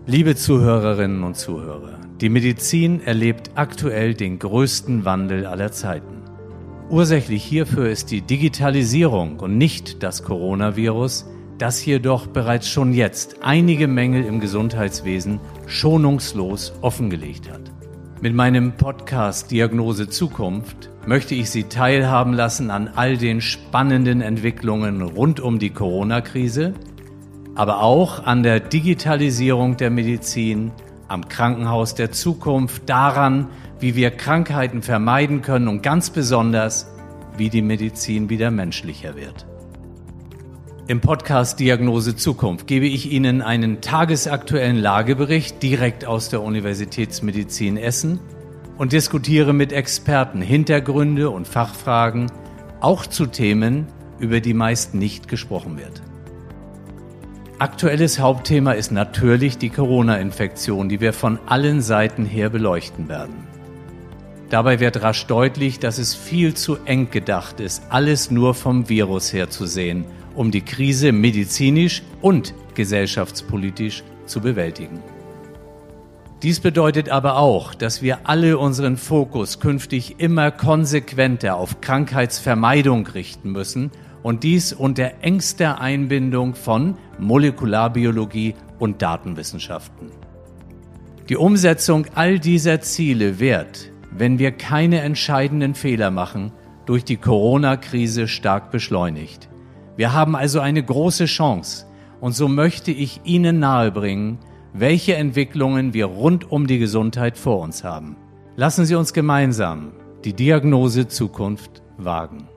Liebe Zuhörerinnen und Zuhörer, die Medizin erlebt aktuell den größten Wandel aller Zeiten. Ursächlich hierfür ist die Digitalisierung und nicht das Coronavirus, das jedoch bereits schon jetzt einige Mängel im Gesundheitswesen schonungslos offengelegt hat. Mit meinem Podcast Diagnose Zukunft möchte ich Sie teilhaben lassen an all den spannenden Entwicklungen rund um die Corona-Krise, aber auch an der Digitalisierung der Medizin, am Krankenhaus der Zukunft, daran, wie wir Krankheiten vermeiden können und ganz besonders, wie die Medizin wieder menschlicher wird. Im Podcast Diagnose Zukunft gebe ich Ihnen einen tagesaktuellen Lagebericht direkt aus der Universitätsmedizin Essen und diskutiere mit Experten Hintergründe und Fachfragen, auch zu Themen, über die meist nicht gesprochen wird. Aktuelles Hauptthema ist natürlich die Corona-Infektion, die wir von allen Seiten her beleuchten werden. Dabei wird rasch deutlich, dass es viel zu eng gedacht ist, alles nur vom Virus her zu sehen, um die Krise medizinisch und gesellschaftspolitisch zu bewältigen. Dies bedeutet aber auch, dass wir alle unseren Fokus künftig immer konsequenter auf Krankheitsvermeidung richten müssen und dies unter engster Einbindung von Molekularbiologie und Datenwissenschaften. Die Umsetzung all dieser Ziele wird, wenn wir keine entscheidenden Fehler machen, durch die Corona-Krise stark beschleunigt. Wir haben also eine große Chance und so möchte ich Ihnen nahebringen, welche Entwicklungen wir rund um die Gesundheit vor uns haben. Lassen Sie uns gemeinsam die Diagnose Zukunft wagen.